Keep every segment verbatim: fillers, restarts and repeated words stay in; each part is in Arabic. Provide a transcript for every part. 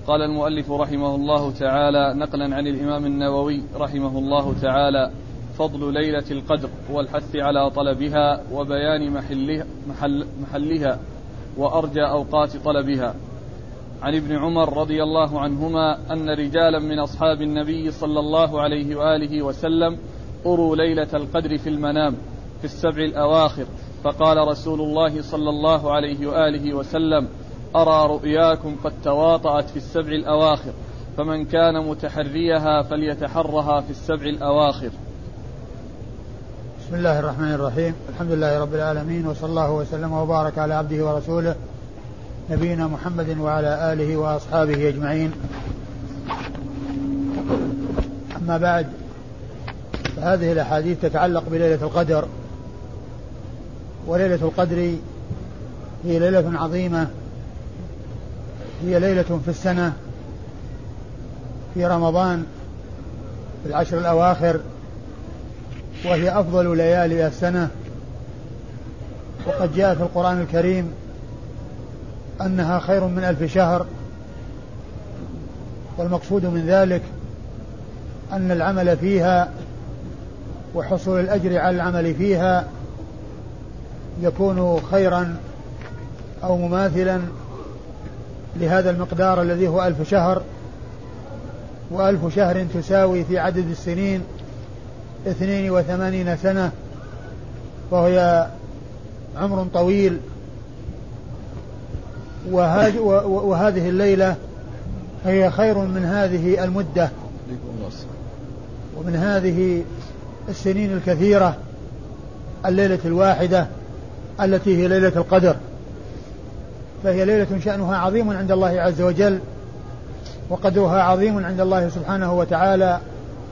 قال المؤلف رحمه الله تعالى نقلا عن الإمام النووي رحمه الله تعالى: فضل ليلة القدر والحث على طلبها وبيان محلها, محل محلها وأرجى أوقات طلبها. عن ابن عمر رضي الله عنهما أن رجالا من أصحاب النبي صلى الله عليه وآله وسلم أروا ليلة القدر في المنام في السبع الأواخر، فقال رسول الله صلى الله عليه وآله وسلم: أرى رؤياكم قد تواطأت في السبع الأواخر، فمن كان متحريها فليتحرها في السبع الأواخر. بسم الله الرحمن الرحيم. الحمد لله رب العالمين، وصلى الله وسلم وبارك على عبده ورسوله نبينا محمد وعلى آله وأصحابه أجمعين. أما بعد، فهذه الأحاديث تتعلق بليلة القدر، وليلة القدر هي ليلة عظيمة، هي ليلة في السنة في رمضان في العشر الأواخر، وهي أفضل ليالي السنة. وقد جاء في القرآن الكريم أنها خير من ألف شهر، والمقصود من ذلك أن العمل فيها وحصول الأجر على العمل فيها يكون خيرا أو مماثلا لهذا المقدار الذي هو ألف شهر، وألف شهر تساوي في عدد السنين اثنين وثمانين سنة، وهي عمر طويل. وهذه الليلة هي خير من هذه المدة ومن هذه السنين الكثيرة. الليلة الواحدة التي هي ليلة القدر، فهي ليلة شأنها عظيم عند الله عز وجل، وقدرها عظيم عند الله سبحانه وتعالى.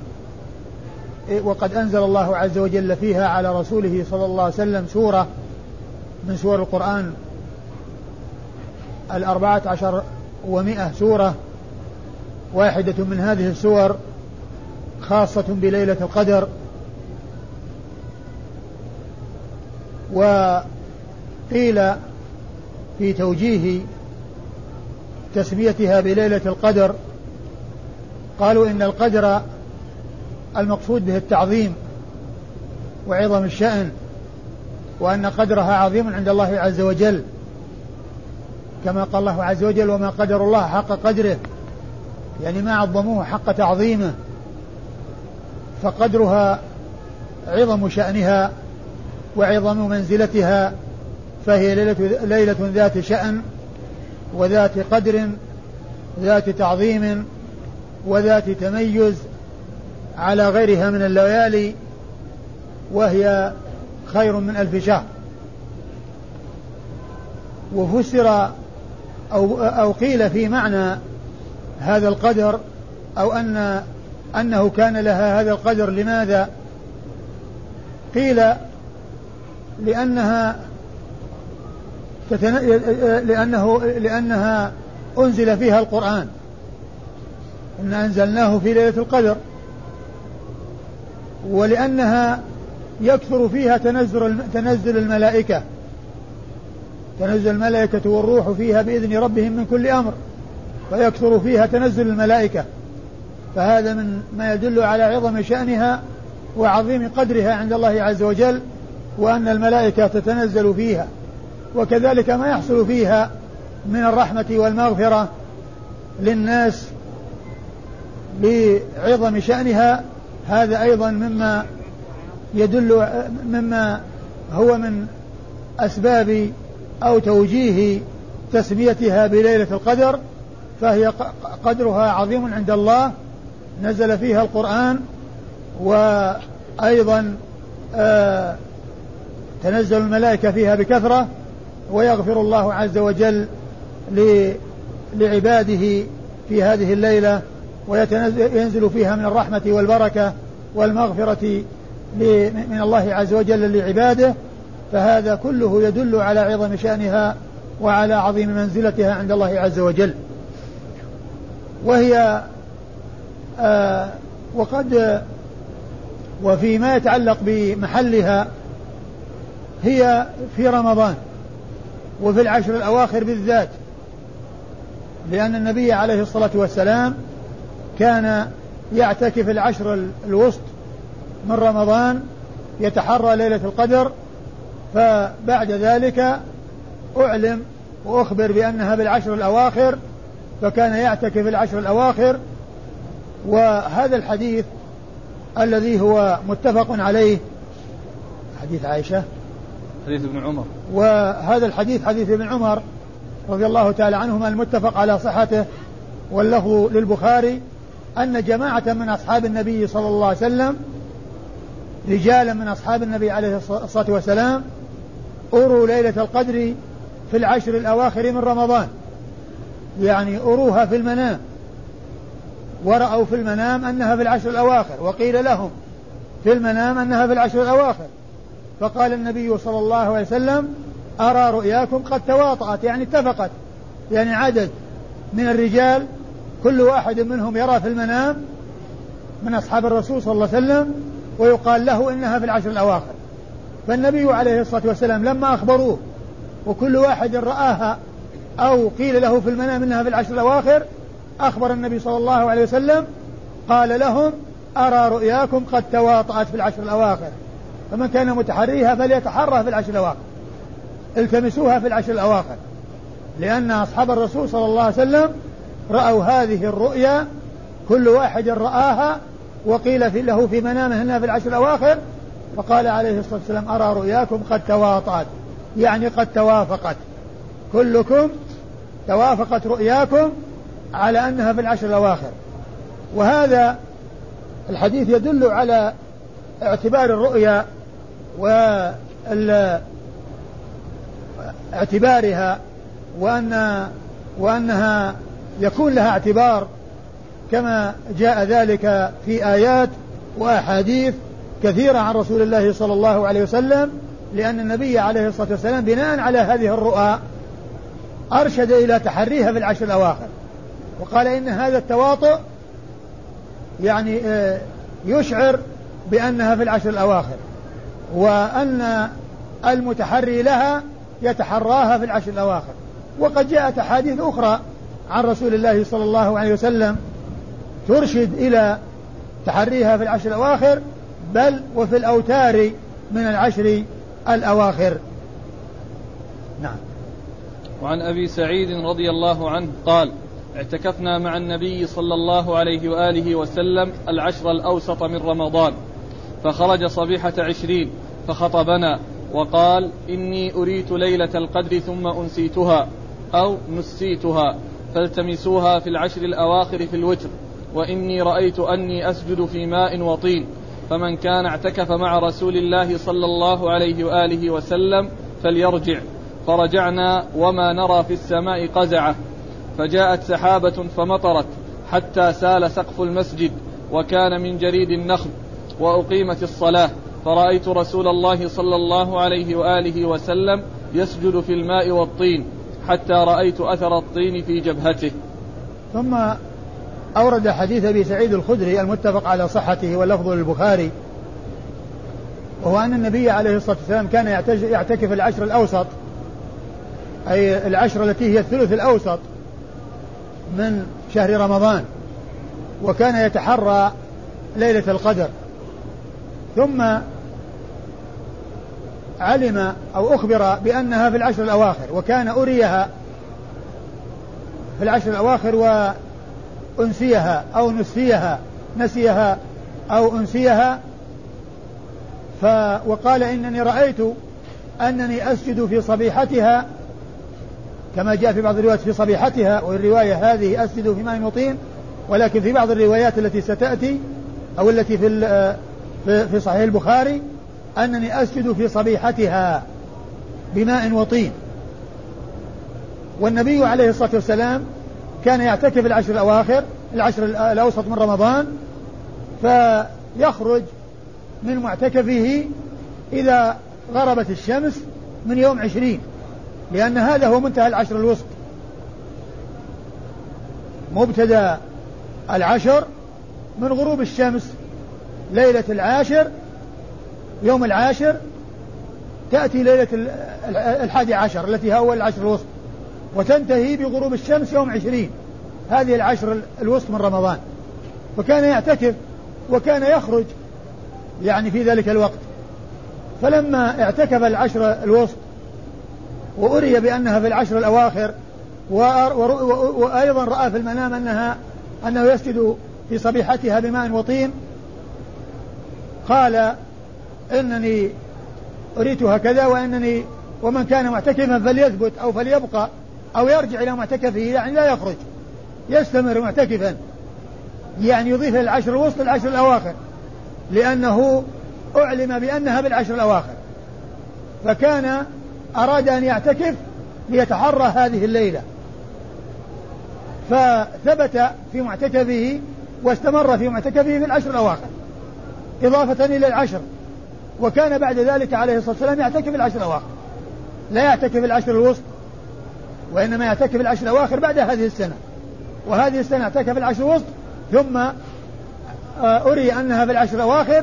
وقد أنزل الله عز وجل فيها على رسوله صلى الله عليه وسلم سورة من سور القرآن، الأربعة عشر ومئة سورة، واحدة من هذه السور خاصة بليلة القدر. وقيل في توجيه تسميتها بليلة القدر، قالوا إن القدر المقصود به التعظيم وعظم الشأن، وأن قدرها عظيم عند الله عز وجل، كما قال الله عز وجل: وما قدر الله حق قدره، يعني ما عظموه حق تعظيمه. فقدرها عظم شأنها وعظم منزلتها، فهي ليلة, ليلة ذات شأن وذات قدر، ذات تعظيم وذات تميز على غيرها من الليالي، وهي خير من ألف شهر. وفسر أو, أو قيل في معنى هذا القدر، أو أن أنه كان لها هذا القدر. لماذا؟ قيل لأنها تتن... لأنه لأنها أنزل فيها القرآن، إن أنزلناه في ليلة القدر، ولأنها يكثر فيها تنزل تنزل الملائكة تنزل الملائكة والروح فيها بإذن ربهم من كل أمر، فيكثر فيها تنزل الملائكة، فهذا من ما يدل على عظم شأنها وعظيم قدرها عند الله عز وجل، وأن الملائكة تتنزل فيها، وكذلك ما يحصل فيها من الرحمة والمغفرة للناس لعظم شأنها. هذا أيضا مما يدل مما هو من أسباب أو توجيه تسميتها بليلة القدر، فهي قدرها عظيم عند الله، نزل فيها القرآن، وأيضا آه تنزل الملائكة فيها بكثرة، ويغفر الله عز وجل لعباده في هذه الليلة، وينزل فيها من الرحمة والبركة والمغفرة من الله عز وجل لعباده. فهذا كله يدل على عظم شأنها وعلى عظيم منزلتها عند الله عز وجل. وهي آه وقد وفيما يتعلق بمحلها، هي في رمضان وفي العشر الأواخر بالذات، لأن النبي عليه الصلاة والسلام كان يعتكف العشر الوسط من رمضان يتحرى ليلة القدر، فبعد ذلك أعلم وأخبر بأنها بالعشر الأواخر، فكان يعتكف العشر الأواخر. وهذا الحديث الذي هو متفق عليه حديث عائشة، حديث ابن عمر، وهذا الحديث حديث ابن عمر رضي الله تعالى عنهما المتفق على صحته واللفظ للبخاري، أن جماعة من أصحاب النبي صلى الله عليه وسلم، رجالا من أصحاب النبي عليه الصلاة والسلام، أروا ليلة القدر في العشر الأواخر من رمضان، يعني أروها في المنام، ورأوا في المنام أنها في العشر الأواخر، وقيل لهم في المنام أنها في العشر الأواخر، فقال النبي صلى الله عليه وسلم: أرى رؤياكم قد تواطأت، يعني اتفقت، يعني عدد من الرجال كل واحد منهم يرى في المنام من أصحاب الرسول صلى الله عليه وسلم، ويقال له إنها في العشر الأواخر. فالنبي عليه الصلاة والسلام لما أخبروه وكل واحد رآها أو قيل له في المنام إنها في العشر الأواخر، أخبر النبي صلى الله عليه وسلم قال لهم: أرى رؤياكم قد تواطأت في العشر الأواخر، فمن كان متحريها فليتحرى في العشر الأواخر، التمسوها في العشر الأواخر، لأن أصحاب الرسول صلى الله عليه وسلم رأوا هذه الرؤيا، كل واحد رآها وقيل في له في منامه إنها في العشر الأواخر، فقال عليه الصلاة والسلام: أرى رؤياكم قد تواطأت، يعني قد توافقت، كلكم توافقت رؤياكم على أنها في العشر الأواخر. وهذا الحديث يدل على اعتبار الرؤيا واعتبارها، وأن وأنها يكون لها اعتبار كما جاء ذلك في آيات وأحاديث كثيرة عن رسول الله صلى الله عليه وسلم، لأن النبي عليه الصلاة والسلام بناء على هذه الرؤى أرشد إلى تحريها في العشر الأواخر، وقال إن هذا التواطؤ يعني يشعر بأنها في العشر الأواخر، وأن المتحري لها يتحراها في العشر الأواخر. وقد جاءت أحاديث أخرى عن رسول الله صلى الله عليه وسلم ترشد إلى تحريها في العشر الأواخر، بل وفي الأوتار من العشر الأواخر. نعم. وعن أبي سعيد رضي الله عنه قال: اعتكفنا مع النبي صلى الله عليه وآله وسلم العشر الأوسط من رمضان، فخرج صبيحة عشرين فخطبنا وقال: إني أريت ليلة القدر ثم أنسيتها أو نسيتها، فالتمسوها في العشر الأواخر في الوتر، وإني رأيت أني أسجد في ماء وطين، فمن كان اعتكف مع رسول الله صلى الله عليه وآله وسلم فليرجع. فرجعنا وما نرى في السماء قزعة، فجاءت سحابة فمطرت حتى سال سقف المسجد، وكان من جريد النخل، وأقيمت الصلاة، فرأيت رسول الله صلى الله عليه وآله وسلم يسجد في الماء والطين حتى رأيت أثر الطين في جبهته. ثم أورد حديث أبي سعيد الخدري المتفق على صحته واللفظ للبخاري، وهو أن النبي عليه الصلاة والسلام كان يعتكف العشر الأوسط، أي العشر التي هي الثلث الأوسط من شهر رمضان، وكان يتحرى ليلة القدر. ثم علم أو أخبر بأنها في العشر الأواخر، وكان أريها في العشر الأواخر وأنسيها أو نسيها نسيها أو أنسيها، ف وقال: إنني رأيت أنني أسجد في صبيحتها، كما جاء في بعض الروايات في صبيحتها، والرواية هذه أسجد في ماء وطين، ولكن في بعض الروايات التي ستأتي أو التي في في صحيح البخاري أنني أسجد في صبيحتها بماء وطين. والنبي عليه الصلاة والسلام كان يعتكف العشر الأواخر العشر الأوسط من رمضان، فيخرج من معتكفه إذا غربت الشمس من يوم عشرين، لأن هذا هو منتهى العشر الوسط، مبتدأ العشر من غروب الشمس ليلة العاشر، يوم العاشر تأتي ليلة الحادي عشر التي هو العشر الوسط، وتنتهي بغروب الشمس يوم عشرين، هذه العشر الوسط من رمضان. فكان يعتكف وكان يخرج يعني في ذلك الوقت. فلما اعتكف العشر الوسط وأري بأنها في العشر الأواخر، وأيضا رأى في المنام أنها أنه يسجد في صبيحتها بماء وطين، قال إنني أريت هكذا، وإنني ومن كان معتكفا فليثبت أو فليبقى أو يرجع إلى معتكفه، يعني لا يخرج، يستمر معتكفا، يعني يضيف العشر الوسط العشر الأواخر، لأنه أعلم بأنها بالعشر الأواخر. فكان أراد أن يعتكف ليتحرى هذه الليلة، فثبت في معتكفه واستمر في معتكفه في العشر الأواخر إضافة إلى العشر. وكان بعد ذلك عليه الصلاة والسلام يعتكف العشر الأواخر، لا يعتكف العشر الوسط، وإنما يعتكف العشر الأواخر بعد هذه السنة. وهذه السنة اعتكف العشر الوسط، ثم أري أنها في العشر الأواخر،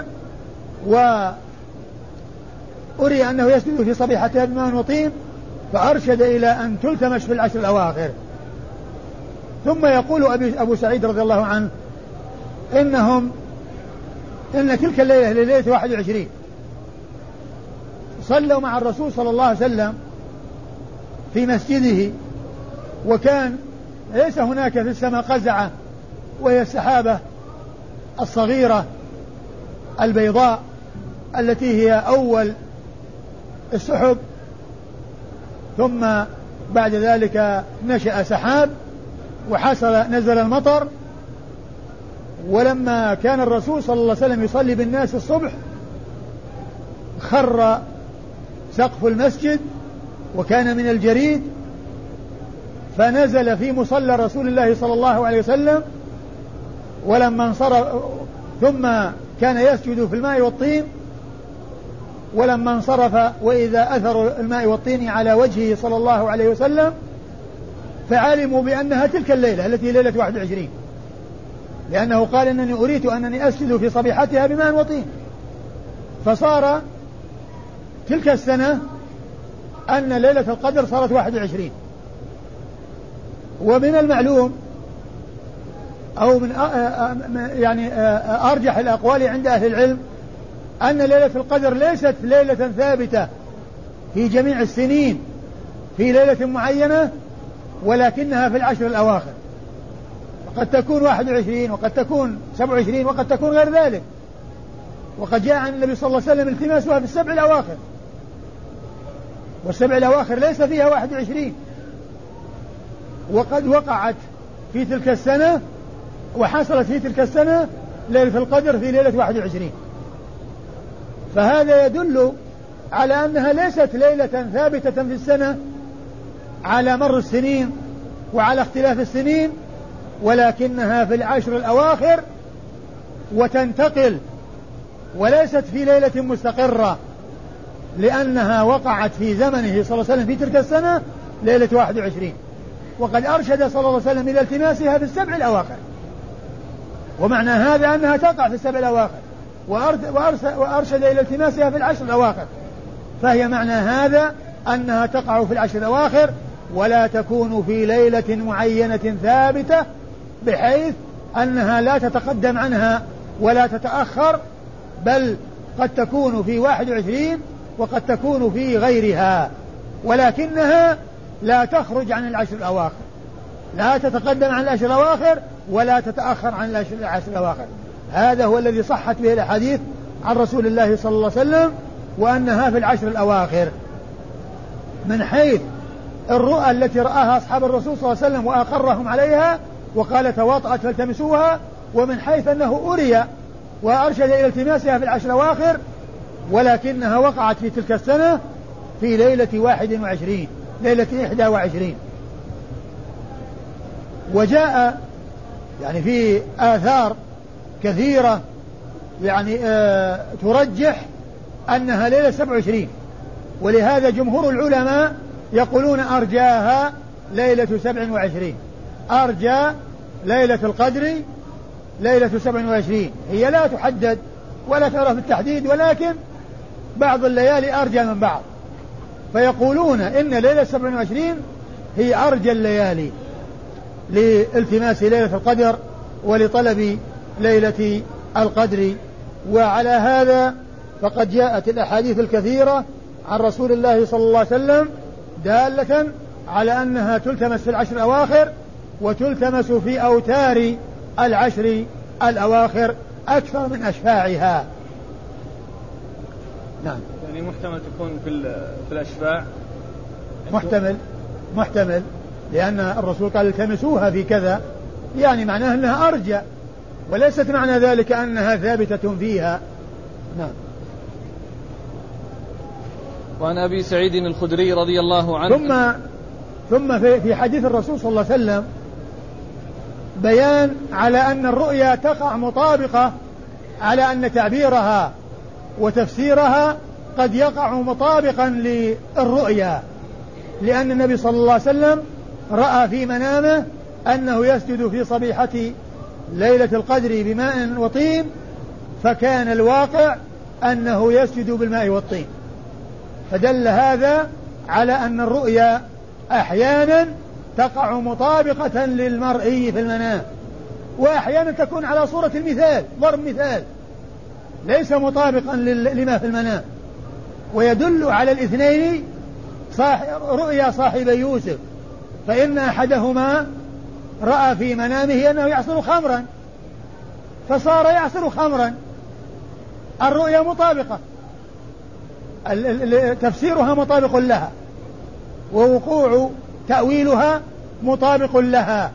وأري أنه يسجد في صبيحتها بماء وطين، فأرشد إلى أن تلتمس في العشر الأواخر. ثم يقول أبي أبو سعيد رضي الله عنه إنهم إن تلك الليلة ليلة واحد وعشرين صلوا مع الرسول صلى الله عليه وسلم في مسجده، وكان ليس هناك في السماء قزعة، وهي السحابة الصغيرة البيضاء التي هي أول السحب، ثم بعد ذلك نشأ سحاب وحصل نزل المطر. ولما كان الرسول صلى الله عليه وسلم يصلي بالناس الصبح خر سقف المسجد وكان من الجريد، فنزل في مصلى رسول الله صلى الله عليه وسلم، ولما انصرف ثم كان يسجد في الماء والطين، ولما انصرف وإذا أثر الماء والطين على وجهه صلى الله عليه وسلم، فعلموا بأنها تلك الليلة التي ليلة واحد وعشرين، لأنه قال إنني أريد أنني أسجد في صبيحتها بماء وطين. فصار تلك السنة أن ليلة القدر صارت واحد وعشرين. ومن المعلوم أو من يعني أرجح الأقوال عند أهل العلم أن ليلة القدر ليست ليلة ثابتة في جميع السنين في ليلة معينة، ولكنها في العشر الأواخر، وقد تكون واحد وعشرين وقد تكون سبع وعشرين وقد تكون غير ذلك. وقد جاء عن النبي صلى الله عليه وسلم التماسها في السبع الأواخر، والسبع الأواخر ليس فيها واحد وعشرين، وقد وقعت في تلك السنة وحصلت في تلك السنة ليلة القدر في ليلة واحد وعشرين. فهذا يدل على أنها ليست ليلة ثابتة في السنة على مر السنين وعلى اختلاف السنين، ولكنها في العشر الأواخر وتنتقل، وليست في ليلة مستقرة، لأنها وقعت في زمنه صلى الله عليه وسلم في تلك السنة ليلة واحد وعشرين، وقد أرشد صلى الله عليه وسلم إلى التماسها في السبع الأواخر. ومعنى هذا أنها تقع في السبع الأواخر، وأرشد إلى التماسها في العشر الأواخر، فهي معنى هذا أنها تقع في العشر الأواخر، ولا تكون في ليلة معينة ثابتة بحيث أنها لا تتقدم عنها ولا تتأخر، بل قد تكون في واحد وعشرين وقد تكون في غيرها، ولكنها لا تخرج عن العشر الأواخر، لا تتقدم عن العشر الأواخر ولا تتأخر عن العشر الأواخر. هذا هو الذي صحت به الحديث عن رسول الله صلى الله عليه وسلم، وأنها في العشر الأواخر من حيث الرؤى التي رآها أصحاب الرسول صلى الله عليه وسلم وأقرهم عليها وقال تواطأت فالتمسوها، ومن حيث أنه أري وأرشد إلى التماسها في العشر الأواخر، ولكنها وقعت في تلك السنة في ليلة واحد وعشرين، ليلة إحدى وعشرين. وجاء يعني في آثار كثيرة يعني آه ترجح أنها ليلة سبع وعشرين، ولهذا جمهور العلماء يقولون أرجاها ليلة سبع وعشرين، أرجى ليلة القدر ليلة سبع وعشرين، هي لا تحدد ولا تعرف بالتحديد، ولكن بعض الليالي أرجى من بعض، فيقولون إن ليلة سبع وعشرين هي أرجى الليالي لالتماس ليلة القدر ولطلب ليلة القدر. وعلى هذا فقد جاءت الأحاديث الكثيرة عن رسول الله صلى الله عليه وسلم دالة على أنها تلتمس في العشر الأواخر وتلتمس في أوتار العشر الأواخر أكثر من أشفاعها. نعم. يعني محتمل تكون في في الأشفاع. محتمل محتمل لأن الرسول قال التمسوها في كذا، يعني معناه أنها أرجى، وليست معنى ذلك أنها ثابتة فيها. نعم. وعن أبي سعيد الخدري رضي الله عنه ثم ثم في في حديث الرسول صلى الله عليه وسلم بيان على أن الرؤيا تقع مطابقة، على أن تعبيرها وتفسيرها قد يقع مطابقا للرؤيا، لأن النبي صلى الله عليه وسلم رأى في منامه أنه يسجد في صبيحة ليلة القدر بماء وطين، فكان الواقع أنه يسجد بالماء والطين، فدل هذا على أن الرؤيا أحيانا تقع مطابقة للمرئي في المنام، وأحيانا تكون على صورة المثال، ضرب مثال ليس مطابقا لما في المنام. ويدل على الاثنين صاحب رؤيا صاحب يوسف، فإن أحدهما رأى في منامه أنه يعصر خمرا فصار يعصر خمرا، الرؤيا مطابقة، تفسيرها مطابق لها، ووقوع تأويلها مطابق لها.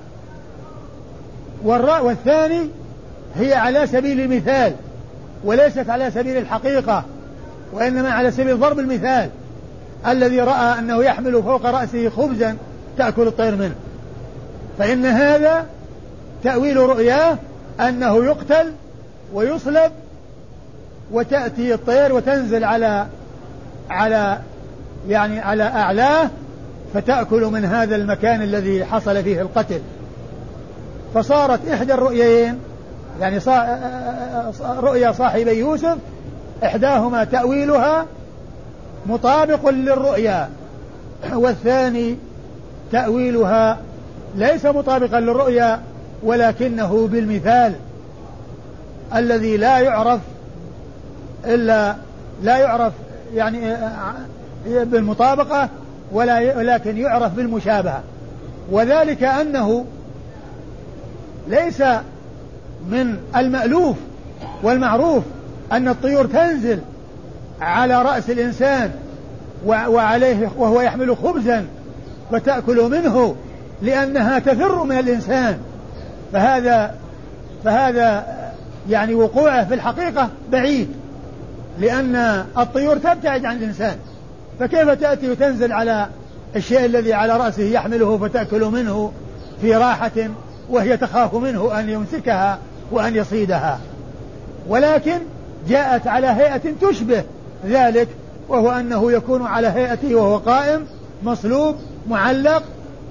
والثاني هي على سبيل المثال وليست على سبيل الحقيقة، وإنما على سبيل ضرب المثال، الذي رأى أنه يحمل فوق رأسه خبزا تأكل الطير منه، فإن هذا تأويل رؤياه أنه يقتل ويصلب وتأتي الطير وتنزل على على يعني على أعلاه فتأكل من هذا المكان الذي حصل فيه القتل. فصارت إحدى الرؤيين يعني صا... رؤيا صاحبي يوسف إحداهما تأويلها مطابق للرؤيا، والثاني تأويلها ليس مطابقا للرؤيا ولكنه بالمثال الذي لا يعرف إلا لا يعرف يعني بالمطابقة ولا ولكن يعرف بالمشابهة. وذلك أنه ليس من المألوف والمعروف أن الطيور تنزل على رأس الإنسان وعليه وهو يحمل خبزا فتأكل منه لأنها تفر من الإنسان، فهذا فهذا يعني وقوعه في الحقيقة بعيد، لأن الطيور تبتعد عن الإنسان، فكيف تأتي وتنزل على الشيء الذي على رأسه يحمله فتأكل منه في راحة وهي تخاف منه أن يمسكها وأن يصيدها. ولكن جاءت على هيئة تشبه ذلك، وهو أنه يكون على هيئته وهو قائم مصلوب معلق،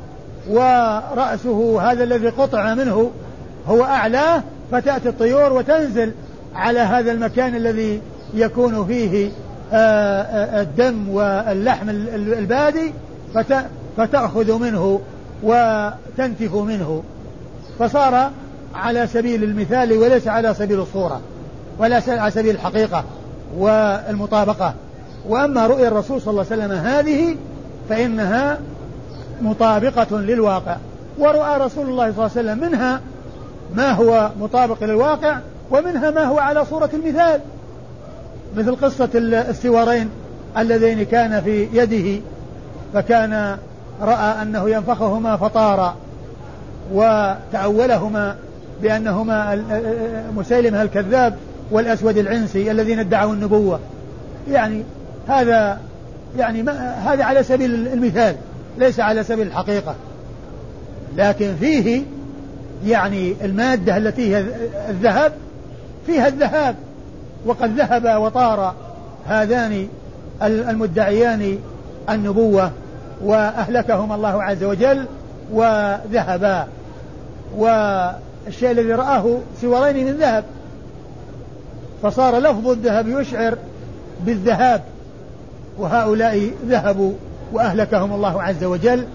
ورأسه هذا الذي قطع منه هو أعلاه، فتأتي الطيور وتنزل على هذا المكان الذي يكون فيه الدم واللحم البادي فتأخذ منه وتنتف منه، فصار على سبيل المثال وليس على سبيل الصورة ولا على سبيل الحقيقة والمطابقة. وأما رؤيا الرسول صلى الله عليه وسلم هذه فإنها مطابقة للواقع، ورؤى رسول الله صلى الله عليه وسلم منها ما هو مطابق للواقع ومنها ما هو على صورة المثال، مثل قصة السوارين اللذين كان في يده فكان رأى أنه ينفخهما فطارا، وتأولهما بأنهما مسيلمة الكذاب والأسود العنسي الذين ادعوا النبوة. يعني هذا يعني ما هذا على سبيل المثال ليس على سبيل الحقيقة، لكن فيه يعني المادة التي هي الذهب فيها الذهاب، وقد ذهب وطار هذان المدعيان النبوة وأهلكهم الله عز وجل وذهبا، والشيء الذي رآه سوارين من ذهب، فصار لفظ الذهب يشعر بالذهاب، وهؤلاء ذهبوا وأهلكهم الله عز وجل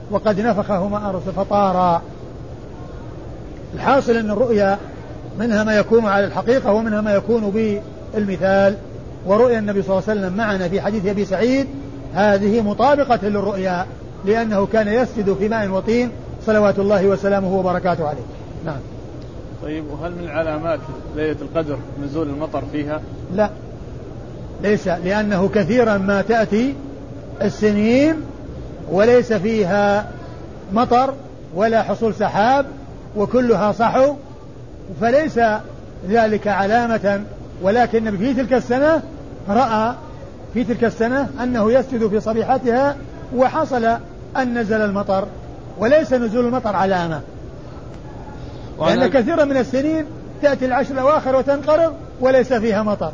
وقد نفخهما أرس فطارا. الحاصل أن الرؤيا منها ما يكون على الحقيقة ومنها ما يكون بالمثال، ورؤيا النبي صلى الله عليه وسلم معنا في حديث أبي سعيد هذه مطابقة للرؤيا، لأنه كان يسجد في ماء وطين صلوات الله وسلامه وبركاته عليه. نعم. طيب، وهل من علامات ليلة القدر نزول المطر فيها؟ لا، ليس، لأنه كثيرا ما تأتي السنين وليس فيها مطر ولا حصول سحاب وكلها صحو، فليس ذلك علامة، ولكن في تلك السنة رأى في تلك السنة أنه يسجد في صبيحتها وحصل أن نزل المطر، وليس نزول المطر علامة، لأن كثيرا من السنين تأتي العشر الأواخر وتنقرض وليس فيها مطر.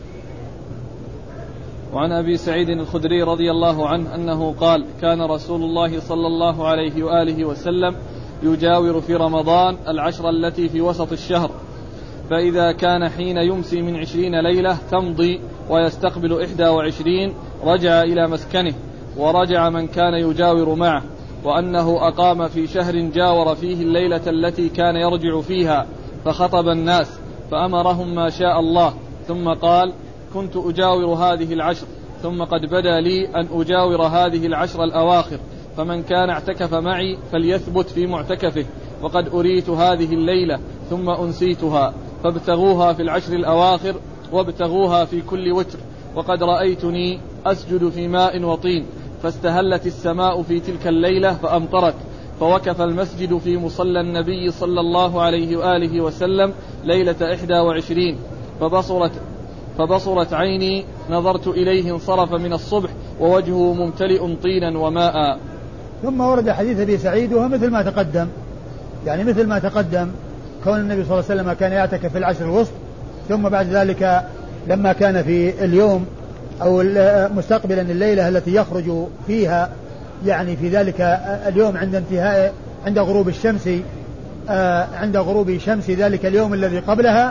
وعن أبي سعيد الخدري رضي الله عنه أنه قال: كان رسول الله صلى الله عليه وآله وسلم يجاور في رمضان العشر التي في وسط الشهر، فإذا كان حين يمسي من عشرين ليلة تمضي ويستقبل إحدى وعشرين رجع إلى مسكنه، ورجع من كان يجاور معه، وأنه أقام في شهر جاور فيه الليلة التي كان يرجع فيها فخطب الناس فأمرهم ما شاء الله، ثم قال: كنت أجاور هذه العشر، ثم قد بدا لي أن أجاور هذه العشر الأواخر، فمن كان اعتكف معي فليثبت في معتكفه، وقد أريت هذه الليلة ثم أنسيتها، فابتغوها في العشر الأواخر وابتغوها في كل وتر، وقد رأيتني أسجد في ماء وطين، فاستهلت السماء في تلك الليلة فأمطرت، فوقف المسجد في مصلى النبي صلى الله عليه وآله وسلم ليلة إحدى وعشرين، فبصرت, فبصرت عيني، نظرت إليه انصرف من الصبح ووجهه ممتلئ طينا وماء. ثم ورد حديث أبي سعيد وهو مثل ما تقدم، يعني مثل ما تقدم، كون النبي صلى الله عليه وسلم كان يعتكف في العشر الوسط، ثم بعد ذلك لما كان في اليوم أو مستقبلا الليلة التي يخرج فيها، يعني في ذلك اليوم عند انتهاء عند غروب الشمس عند غروب شمس ذلك اليوم الذي قبلها،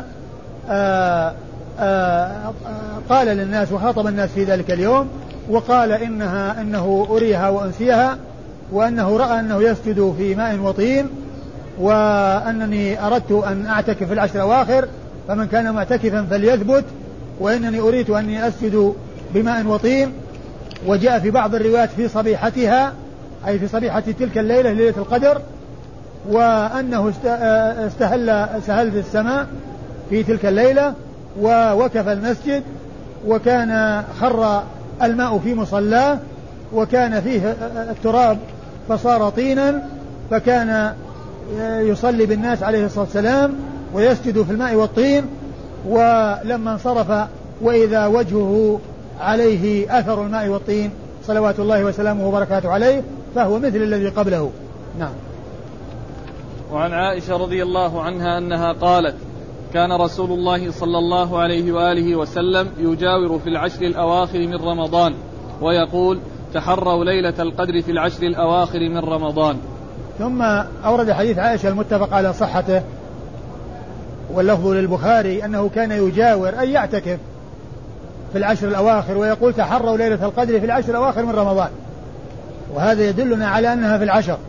قال للناس وخاطب الناس في ذلك اليوم وقال إنها إنه أريها وأنسيها، وأنه رأى أنه يسجد في ماء وطين، وأنني أردت أن أعتكف في العشر الأواخر، فمن كان معتكفا فليثبت، وإنني أريد أني أسجد بماء وطين. وجاء في بعض الروايات في صبيحتها، أي في صبيحة تلك الليلة ليلة القدر، وأنه استهل سهلت السماء في تلك الليلة ووكف المسجد، وكان خر الماء في مصلاه، وكان فيه التراب فصار طينا، فكان يصلي بالناس عليه الصلاة والسلام ويسجد في الماء والطين، ولما انصرف وإذا وجهه عليه أثر الماء والطين صلوات الله وسلامه وبركاته عليه، فهو مثل الذي قبله. نعم. وعن عائشة رضي الله عنها أنها قالت: كان رسول الله صلى الله عليه وآله وسلم يجاور في العشر الأواخر من رمضان ويقول: تحروا ليلة القدر في العشر الأواخر من رمضان. ثم أورد حديث عائشة المتفق على صحته، واللفظ للبخاري أنه كان يجاور أي يعتكف في العشر الأواخر، ويقول: تحروا ليلة القدر في العشر الأواخر من رمضان، وهذا يدلنا على أنها في العشر.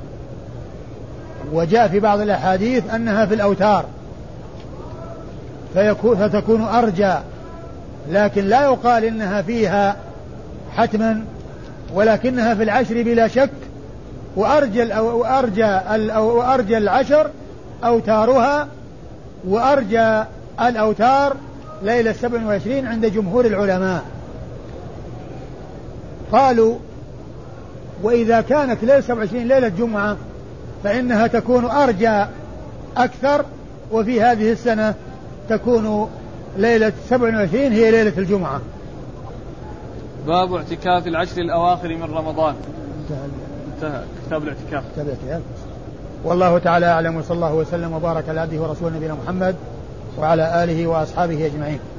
وجاء في بعض الأحاديث أنها في الأوتار فتكون أرجى، لكن لا يقال إنها فيها حتما، ولكنها في العشر بلا شك. وأرجى, وأرجى, وأرجى العشر أوتارها، وأرجى الأوتار ليلة سبع وعشرين عند جمهور العلماء. قالوا: وإذا كانت ليلة سبع وعشرين ليلة جمعة فإنها تكون أرجى أكثر، وفي هذه السنة تكون ليلة سبع وعشرين هي ليلة الجمعة. باب اعتكاف العشر الأواخر من رمضان. انتهى, انتهى كتاب الاعتكاف. كتاب الاعتكاف. والله تعالى أعلم، وصلى الله وسلم وبارك على عبده ورسوله نبينا محمد وعلى آله وأصحابه أجمعين.